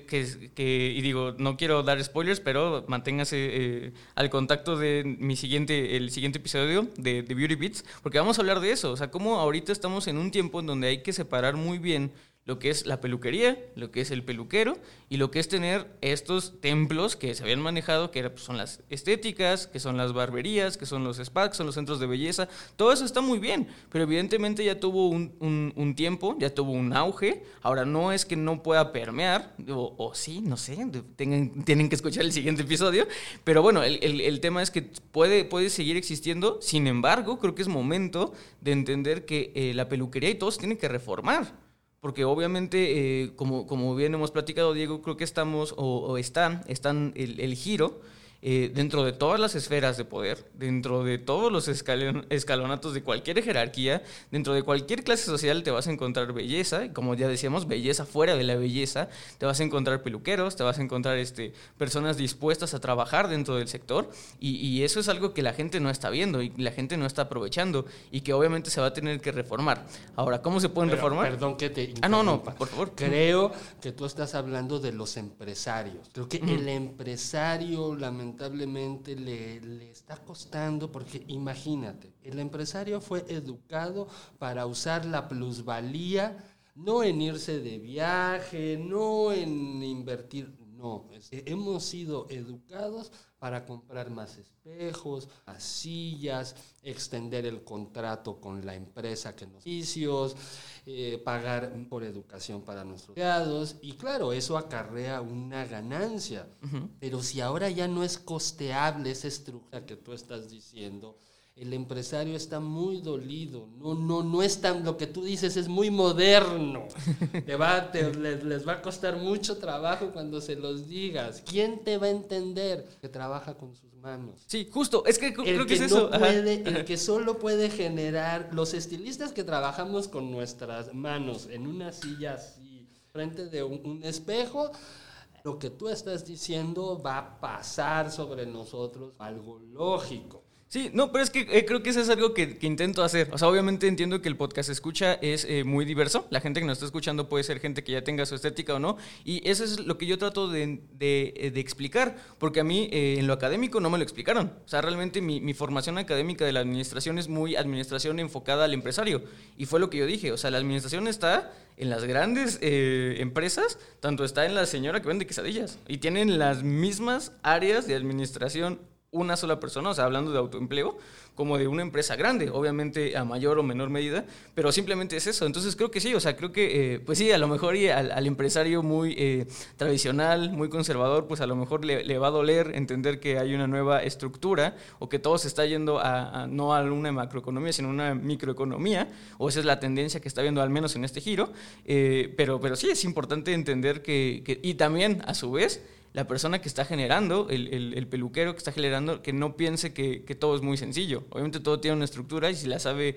y digo, no quiero dar spoilers, pero manténgase al contacto de el siguiente episodio de Beauty Beats, porque vamos a hablar de eso. O sea, cómo ahorita estamos en un tiempo en donde hay que separar muy bien lo que es la peluquería, lo que es el peluquero, y lo que es tener estos templos que se habían manejado, que son las estéticas, que son las barberías, que son los spas, que son los centros de belleza. Todo eso está muy bien, pero evidentemente ya tuvo un tiempo, ya tuvo un auge. Ahora, no es que no pueda permear, o sí, no sé, tienen que escuchar el siguiente episodio, pero bueno, el tema es que puede seguir existiendo. Sin embargo, creo que es momento de entender que la peluquería y todo se tiene que reformar. Porque obviamente, como bien hemos platicado, Diego, creo que están el giro dentro de todas las esferas de poder, dentro de todos los escalonatos de cualquier jerarquía, dentro de cualquier clase social te vas a encontrar belleza, y como ya decíamos, belleza fuera de la belleza, te vas a encontrar peluqueros, te vas a encontrar personas dispuestas a trabajar dentro del sector, y eso es algo que la gente no está viendo y la gente no está aprovechando y que obviamente se va a tener que reformar. Ahora, ¿cómo se pueden reformar? Perdón que te interrumpa. No, por favor. Creo que tú estás hablando de los empresarios. Creo que el empresario lamentablemente le está costando, porque imagínate, el empresario fue educado para usar la plusvalía, no en irse de viaje, no en invertir, no, hemos sido educados para comprar más espejos, más sillas, extender el contrato con la empresa que nos servicios, pagar por educación para nuestros empleados, y claro, eso acarrea una ganancia. Pero si ahora ya no es costeable esa estructura que tú estás diciendo, el empresario está muy dolido, no es tan, lo que tú dices es muy moderno, les va a costar mucho trabajo cuando se los digas. ¿Quién te va a entender que trabaja con sus manos? Sí, justo, es que creo que es eso. El que solo puede generar, los estilistas que trabajamos con nuestras manos en una silla así, frente de un espejo, lo que tú estás diciendo va a pasar sobre nosotros, algo lógico. Sí, no, pero es que creo que eso es algo que intento hacer. O sea, obviamente entiendo que el podcast escucha es muy diverso. La gente que nos está escuchando puede ser gente que ya tenga su estética o no. Y eso es lo que yo trato de explicar. Porque a mí en lo académico no me lo explicaron. O sea, realmente mi formación académica de la administración es muy administración enfocada al empresario. Y fue lo que yo dije. O sea, la administración está en las grandes empresas, tanto está en la señora que vende quesadillas. Y tienen las mismas áreas de administración una sola persona, o sea, hablando de autoempleo, como de una empresa grande, obviamente a mayor o menor medida, pero simplemente es eso. Entonces creo que sí, o sea, creo que, pues sí, a lo mejor y al empresario muy tradicional, muy conservador, pues a lo mejor le va a doler entender que hay una nueva estructura o que todo se está yendo no a una macroeconomía, sino a una microeconomía, o esa es la tendencia que está viendo al menos en este giro, pero sí es importante entender que y también, a su vez, la persona que está generando, el peluquero que está generando, que no piense que todo es muy sencillo. Obviamente todo tiene una estructura y si la sabe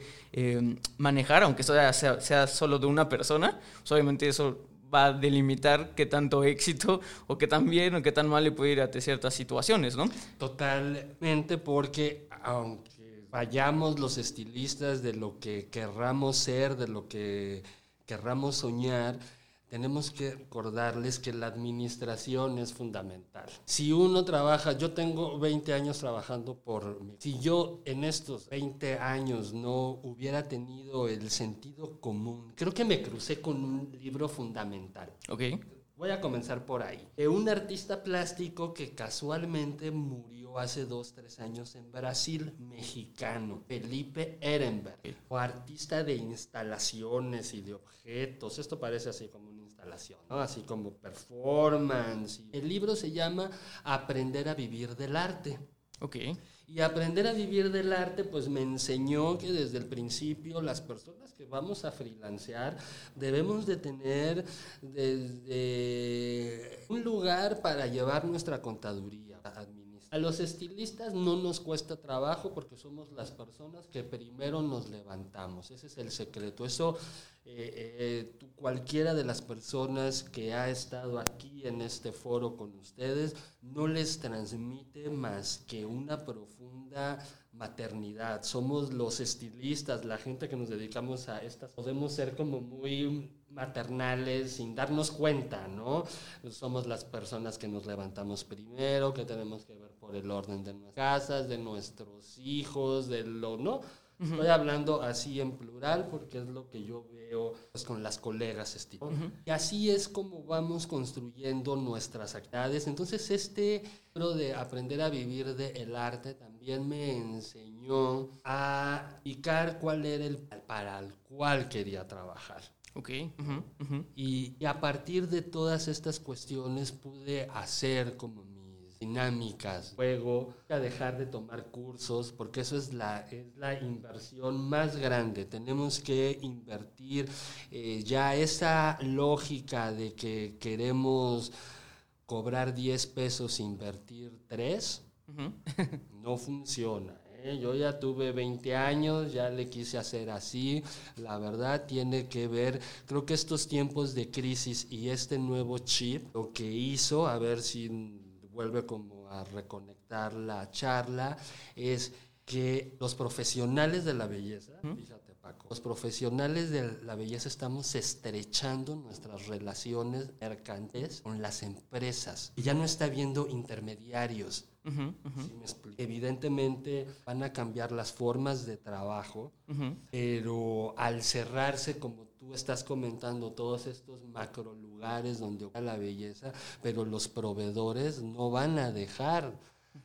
manejar, aunque eso sea solo de una persona, pues obviamente eso va a delimitar qué tanto éxito o qué tan bien o qué tan mal le puede ir a ciertas situaciones, ¿no? Totalmente, porque aunque vayamos los estilistas de lo que querramos ser, de lo que querramos soñar, tenemos que recordarles que la administración es fundamental. Si uno trabaja, yo tengo 20 años trabajando si yo en estos 20 años no hubiera tenido el sentido común, creo que me crucé con un libro fundamental. Okay. Voy a comenzar por ahí. Un artista plástico que casualmente murió hace 2-3 años en Brasil, mexicano, Felipe Ehrenberg, o artista de instalaciones y de objetos. Esto parece así como una instalación, ¿no? Así como performance. El libro se llama Aprender a vivir del arte. Okay. Y aprender a vivir del arte, pues me enseñó que desde el principio las personas que vamos a freelancear debemos de tener desde un lugar para llevar nuestra contaduría, a los estilistas no nos cuesta trabajo porque somos las personas que primero nos levantamos. Ese es el secreto. Eso cualquiera de las personas que ha estado aquí en este foro con ustedes no les transmite más que una profunda maternidad. Somos los estilistas, la gente que nos dedicamos a estas, podemos ser como muy maternales sin darnos cuenta, ¿no? Somos las personas que nos levantamos primero, que tenemos que ver por el orden de nuestras casas, de nuestros hijos, ¿no? Estoy hablando así en plural porque es lo que yo veo pues, con las colegas estilistas. Y así es como vamos construyendo nuestras actividades. Entonces libro de aprender a vivir del arte también me enseñó a indicar cuál era el para el cual quería trabajar. Okay. Y a partir de todas estas cuestiones pude hacer como mis dinámicas, juego, a dejar de tomar cursos, porque eso es la inversión más grande. Tenemos que invertir ya esa lógica de que queremos cobrar 10 pesos, invertir 3, No funciona. Yo ya tuve 20 años, ya le quise hacer así. La verdad tiene que ver, creo que estos tiempos de crisis y este nuevo chip, lo que hizo, a ver si vuelve como a reconectar la charla, es que los profesionales de la belleza, fíjate Paco, los profesionales de la belleza estamos estrechando nuestras relaciones mercantiles con las empresas y ya no está habiendo intermediarios. ¿Sí me explico? Evidentemente van a cambiar las formas de trabajo, pero al cerrarse, como tú estás comentando, todos estos macro lugares donde ocurre la belleza, pero los proveedores no van a dejar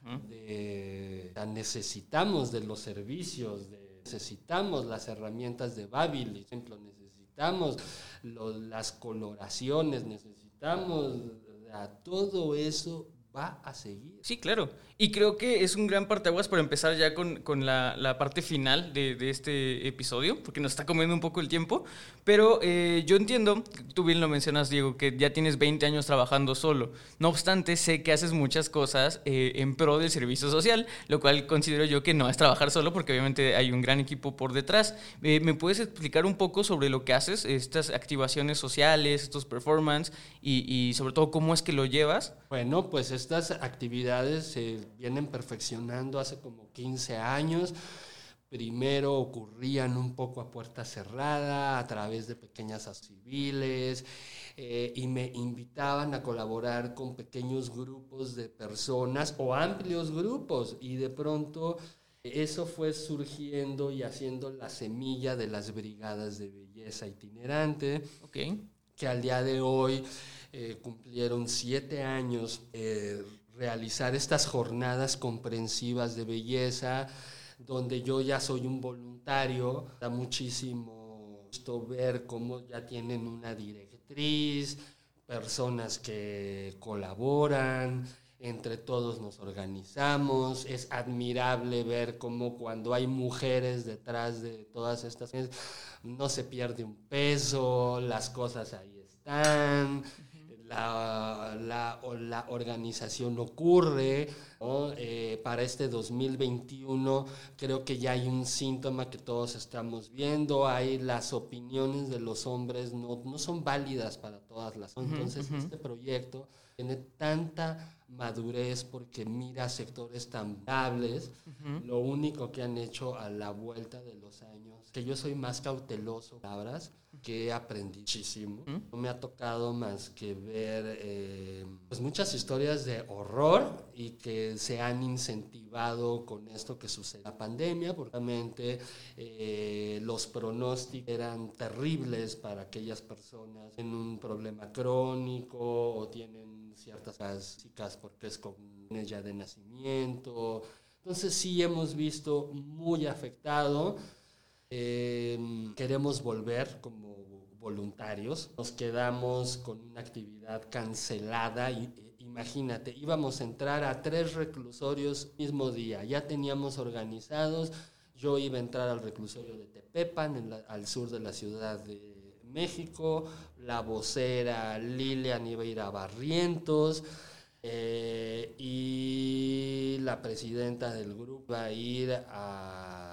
necesitamos de los servicios, necesitamos las herramientas de Babyliss, por ejemplo, necesitamos las coloraciones, necesitamos todo eso va a seguir. Sí, claro. Y creo que es un gran parteaguas para empezar ya con la parte final de este episodio, porque nos está comiendo un poco el tiempo. Pero yo entiendo, tú bien lo mencionas, Diego, que ya tienes 20 años trabajando solo. No obstante, sé que haces muchas cosas en pro del servicio social, lo cual considero yo que no es trabajar solo, porque obviamente hay un gran equipo por detrás. ¿Me puedes explicar un poco sobre lo que haces, estas activaciones sociales, estos performance, y sobre todo cómo es que lo llevas? Bueno, pues estas actividades se vienen perfeccionando hace como 15 años. Primero ocurrían un poco a puerta cerrada, a través de pequeñas civiles, y me invitaban a colaborar con pequeños grupos de personas o amplios grupos, y de pronto eso fue surgiendo y haciendo la semilla de las brigadas de belleza itinerante, que al día de hoy cumplieron 7 años realizar estas jornadas comprensivas de belleza, donde yo ya soy un voluntario. Da muchísimo gusto ver cómo ya tienen una directriz, personas que colaboran, entre todos nos organizamos. Es admirable ver cómo cuando hay mujeres detrás de todas estas cosas, no se pierde un peso, las cosas ahí están. La organización ocurre, ¿no? Para este 2021 creo que ya hay un síntoma que todos estamos viendo. Hay las opiniones de los hombres no son válidas para todas las. Entonces este proyecto tiene tanta madurez porque mira sectores tan dables. Lo único que han hecho a la vuelta de los años, que yo soy más cauteloso, palabras, que aprendí muchísimo. No me ha tocado más que ver pues muchas historias de horror y que se han incentivado con esto que sucede. La pandemia, porque realmente los pronósticos eran terribles para aquellas personas que tienen un problema crónico o tienen ciertas básicas porque es con ya de nacimiento. Entonces sí hemos visto muy afectado. Queremos volver como voluntarios. Nos quedamos con una actividad cancelada. Imagínate, íbamos a entrar a 3 reclusorios mismo día. Ya teníamos organizados. Yo iba a entrar al reclusorio de Tepepan, al sur de la Ciudad de México. La vocera Lilian iba a ir a Barrientos. Y la presidenta del grupo va a ir a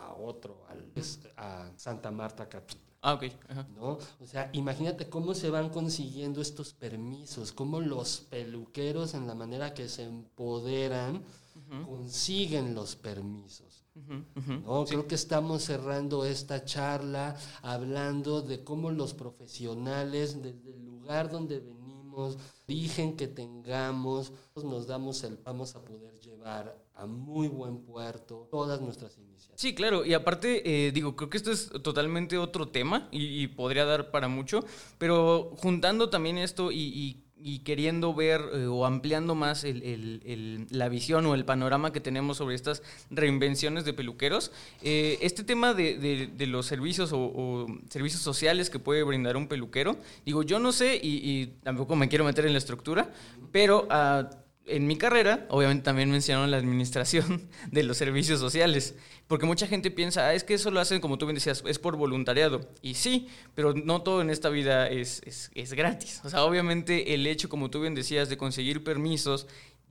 Santa Marta Capital. ¿No? O sea, imagínate cómo se van consiguiendo estos permisos, cómo los peluqueros, en la manera que se empoderan, consiguen los permisos. ¿No? Sí. Creo que estamos cerrando esta charla hablando de cómo los profesionales, desde el lugar donde venimos, origen que tengamos, vamos a poder llevar a muy buen puerto todas nuestras iniciativas. Sí, claro, y aparte, creo que esto es totalmente otro tema y podría dar para mucho, pero juntando también esto y queriendo ver o ampliando más la visión o el panorama que tenemos sobre estas reinvenciones de peluqueros, este tema de los servicios o servicios sociales que puede brindar un peluquero, yo no sé y tampoco me quiero meter en la estructura, pero en mi carrera, obviamente también mencionaron la administración de los servicios sociales, porque mucha gente piensa, es que eso lo hacen, como tú bien decías, es por voluntariado, y sí, pero no todo en esta vida es gratis. O sea, obviamente el hecho, como tú bien decías, de conseguir permisos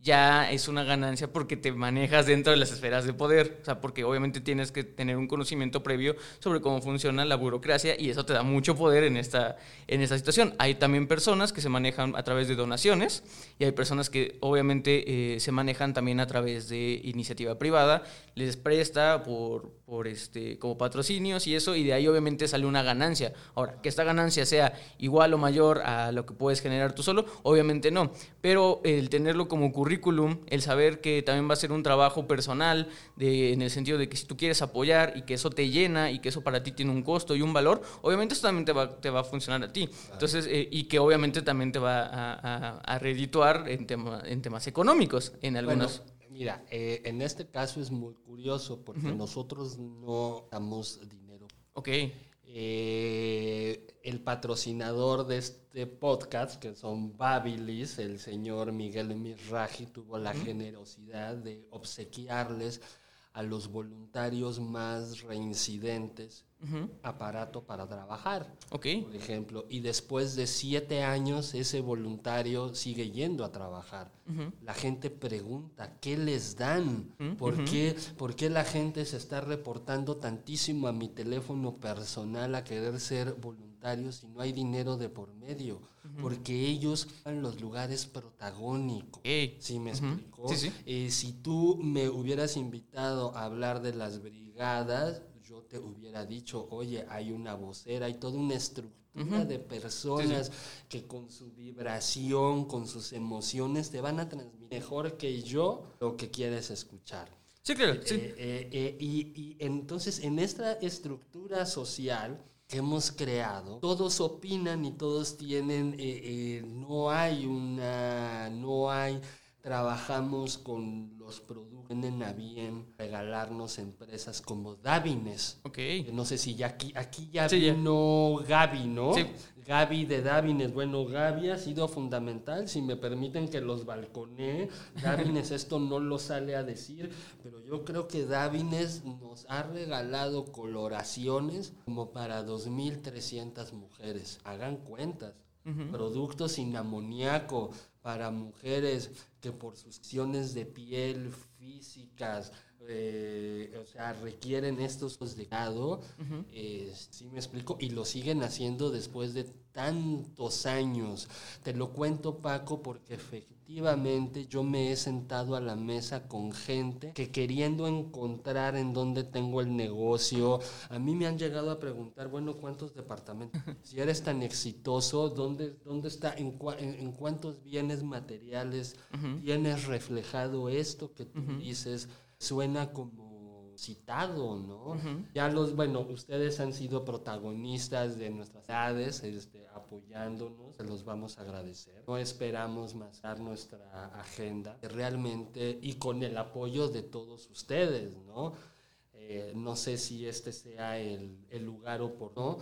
ya es una ganancia porque te manejas dentro de las esferas de poder, o sea, porque obviamente tienes que tener un conocimiento previo sobre cómo funciona la burocracia y eso te da mucho poder en esta situación. Hay también personas que se manejan a través de donaciones y hay personas que obviamente se manejan también a través de iniciativa privada, les presta como patrocinios y eso, y de ahí obviamente sale una ganancia. Ahora, que esta ganancia sea igual o mayor a lo que puedes generar tú solo, obviamente no, pero el tenerlo como currículum, el saber que también va a ser un trabajo personal, en el sentido de que si tú quieres apoyar y que eso te llena y que eso para ti tiene un costo y un valor, obviamente eso también te va a funcionar a ti. Entonces, y que obviamente también te va a redituar en temas económicos, en algunos. Bueno, mira, en este caso es muy curioso porque nosotros no damos dinero. Ok. El patrocinador de este podcast, que son Babilis, el señor Miguel Mizrahi, tuvo la generosidad de obsequiarles a los voluntarios más reincidentes aparato para trabajar, por ejemplo, y después de 7 años ese voluntario sigue yendo a trabajar. La gente pregunta, ¿qué les dan? ¿Por qué la gente se está reportando tantísimo a mi teléfono personal a querer ser voluntarios si no hay dinero de por medio? Porque ellos van a los lugares protagónicos. ¿Sí me explicó? Sí. Si tú me hubieras invitado a hablar de las brigadas, yo te hubiera dicho, oye, hay una vocera, hay toda una estructura de personas que con su vibración, con sus emociones, te van a transmitir mejor que yo lo que quieres escuchar. Sí, claro. Sí. Y entonces, en esta estructura social que hemos creado, todos opinan y todos tienen, trabajamos con los productos que vienen a bien regalarnos empresas como Davines. No sé si ya aquí ya vino Gaby, ¿no? Sí. Gaby de Davines. Bueno, Gaby ha sido fundamental. Si me permiten que los balconee, Davines esto no lo sale a decir, pero yo creo que Davines nos ha regalado coloraciones como para 2,300 mujeres. Hagan cuentas. Productos sin amoníaco para mujeres que por sus acciones de piel físicas requieren estos de grado, ¿sí me explico? Y lo siguen haciendo después de tantos años. Te lo cuento, Paco, porque efectivamente yo me he sentado a la mesa con gente que queriendo encontrar en dónde tengo el negocio, a mí me han llegado a preguntar, bueno, ¿cuántos departamentos? Si eres tan exitoso, ¿dónde está, en cuántos bienes materiales tienes reflejado esto que tú dices? Suena como citado, ¿no? Ustedes han sido protagonistas de nuestras edades, apoyándonos, se los vamos a agradecer. No esperamos masar nuestra agenda realmente y con el apoyo de todos ustedes, ¿no? No sé si este sea el lugar oportuno,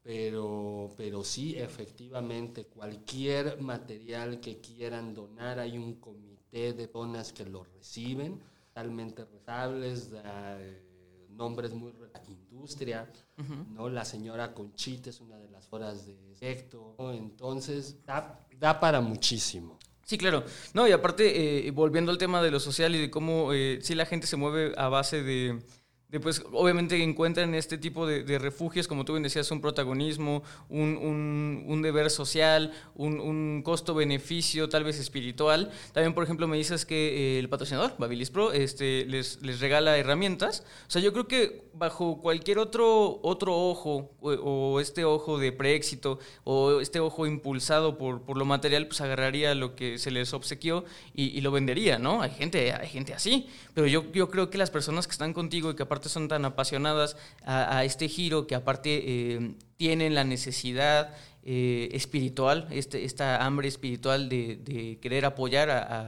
pero sí, efectivamente, cualquier material que quieran donar, hay un comité de personas que lo reciben, totalmente rentables, nombres muy de la industria, ¿no? La señora Conchita es una de las horas de efecto, ¿no? Entonces da para muchísimo. Sí, claro. No, y aparte, volviendo al tema de lo social y de cómo sí la gente se mueve a base de pues obviamente encuentran este tipo de refugios, como tú bien decías, un protagonismo, un deber social, un costo-beneficio tal vez espiritual. También, por ejemplo, me dices que el patrocinador, Babilis Pro, les regala herramientas. O sea, yo creo que bajo cualquier otro ojo, o este ojo de preéxito, o este ojo impulsado por lo material, pues agarraría lo que se les obsequió y lo vendería, ¿no? Hay gente así, pero yo creo que las personas que están contigo y que aparte son tan apasionadas a este giro, que aparte tienen la necesidad espiritual, esta hambre espiritual de querer apoyar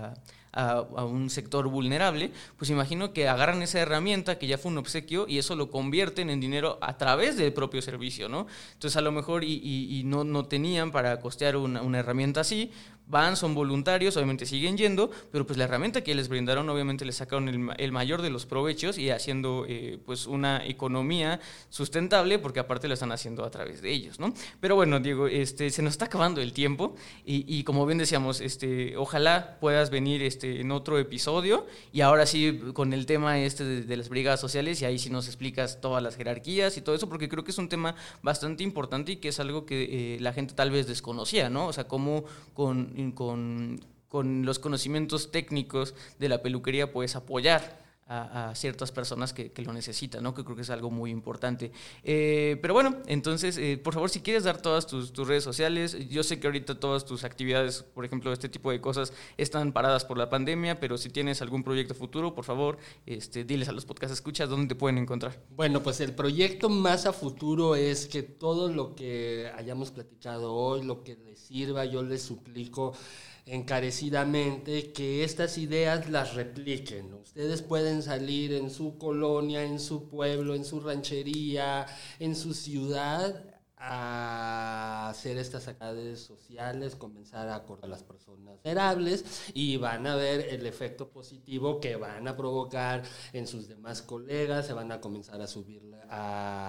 a un sector vulnerable, pues imagino que agarran esa herramienta que ya fue un obsequio y eso lo convierten en dinero a través del propio servicio, ¿no? Entonces a lo mejor y no tenían para costear una herramienta así, son voluntarios, obviamente siguen yendo, pero pues la herramienta que les brindaron obviamente les sacaron el mayor de los provechos y haciendo pues una economía sustentable, porque aparte lo están haciendo a través de ellos, ¿no? Pero bueno, Diego, se nos está acabando el tiempo y como bien decíamos, ojalá puedas venir en otro episodio, y ahora sí con el tema de las brigadas sociales, y ahí sí nos explicas todas las jerarquías y todo eso, porque creo que es un tema bastante importante y que es algo que la gente tal vez desconocía, ¿no? O sea, cómo con los conocimientos técnicos de la peluquería puedes apoyar a ciertas personas que lo necesitan, ¿no? Que creo que es algo muy importante. Pero bueno, entonces, por favor, si quieres dar todas tus redes sociales, yo sé que ahorita todas tus actividades, por ejemplo, este tipo de cosas, están paradas por la pandemia, pero si tienes algún proyecto futuro, por favor, diles a los podcast escuchas dónde te pueden encontrar. Bueno, pues el proyecto más a futuro es que todo lo que hayamos platicado hoy, lo que les sirva, yo les suplico encarecidamente que estas ideas las repliquen. Ustedes pueden salir en su colonia, en su pueblo, en su ranchería, en su ciudad, a hacer estas actividades sociales, comenzar a acordar a las personas vulnerables, y van a ver el efecto positivo que van a provocar en sus demás colegas. Se van a comenzar a subir, a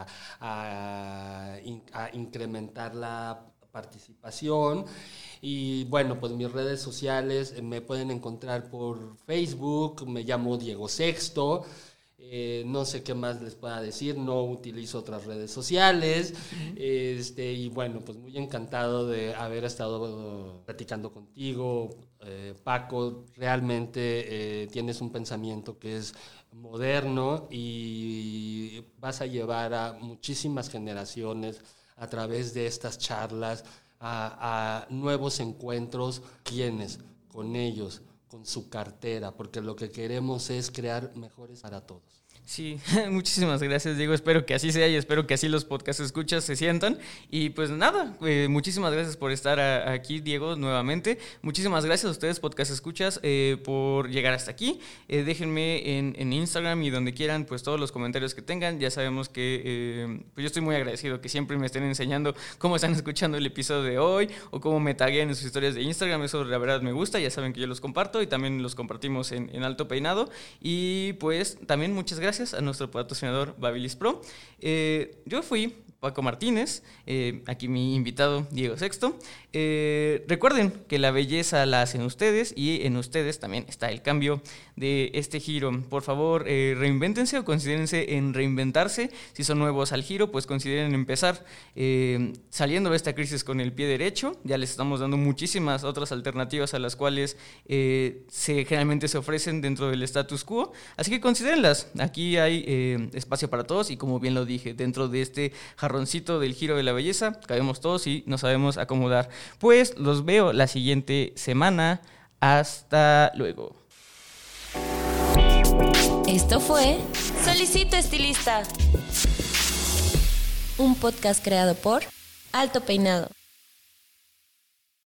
incrementar la participación. Y bueno, pues mis redes sociales me pueden encontrar por Facebook, me llamo Diego Sexto. No sé qué más les pueda decir, no utilizo otras redes sociales. Y bueno, pues muy encantado de haber estado platicando contigo, Paco. Realmente tienes un pensamiento que es moderno y vas a llevar a muchísimas generaciones a través de estas charlas a nuevos encuentros. ¿Quiénes? Con ellos, con su cartera, porque lo que queremos es crear mejores para todos. Sí, muchísimas gracias, Diego. Espero que así sea y espero que así los podcast escuchas se sientan. Y pues nada, muchísimas gracias por estar aquí, Diego, nuevamente. Muchísimas gracias a ustedes, podcast escuchas, por llegar hasta aquí. Déjenme en Instagram y donde quieran, pues todos los comentarios que tengan. Ya sabemos que pues yo estoy muy agradecido que siempre me estén enseñando cómo están escuchando el episodio de hoy o cómo me taguean en sus historias de Instagram. Eso la verdad me gusta. Ya saben que yo los comparto y también los compartimos en Alto Peinado. Y pues también muchas gracias a nuestro patrocinador Babyliss Pro. Yo fui Paco Martínez, aquí mi invitado Diego Sexto. Recuerden que la belleza la hacen ustedes y en ustedes también está el cambio de este giro. Por favor, reinvéntense o considérense en reinventarse. Si son nuevos al giro, pues consideren empezar saliendo de esta crisis con el pie derecho. Ya les estamos dando muchísimas otras alternativas a las cuales generalmente se ofrecen dentro del status quo. Así que considérenlas. Aquí hay espacio para todos y, como bien lo dije, dentro de este jarroncito del giro de la belleza cabemos todos y nos sabemos acomodar. Pues los veo la siguiente semana. Hasta luego. Esto fue Solicito Estilista, un podcast creado por Alto Peinado.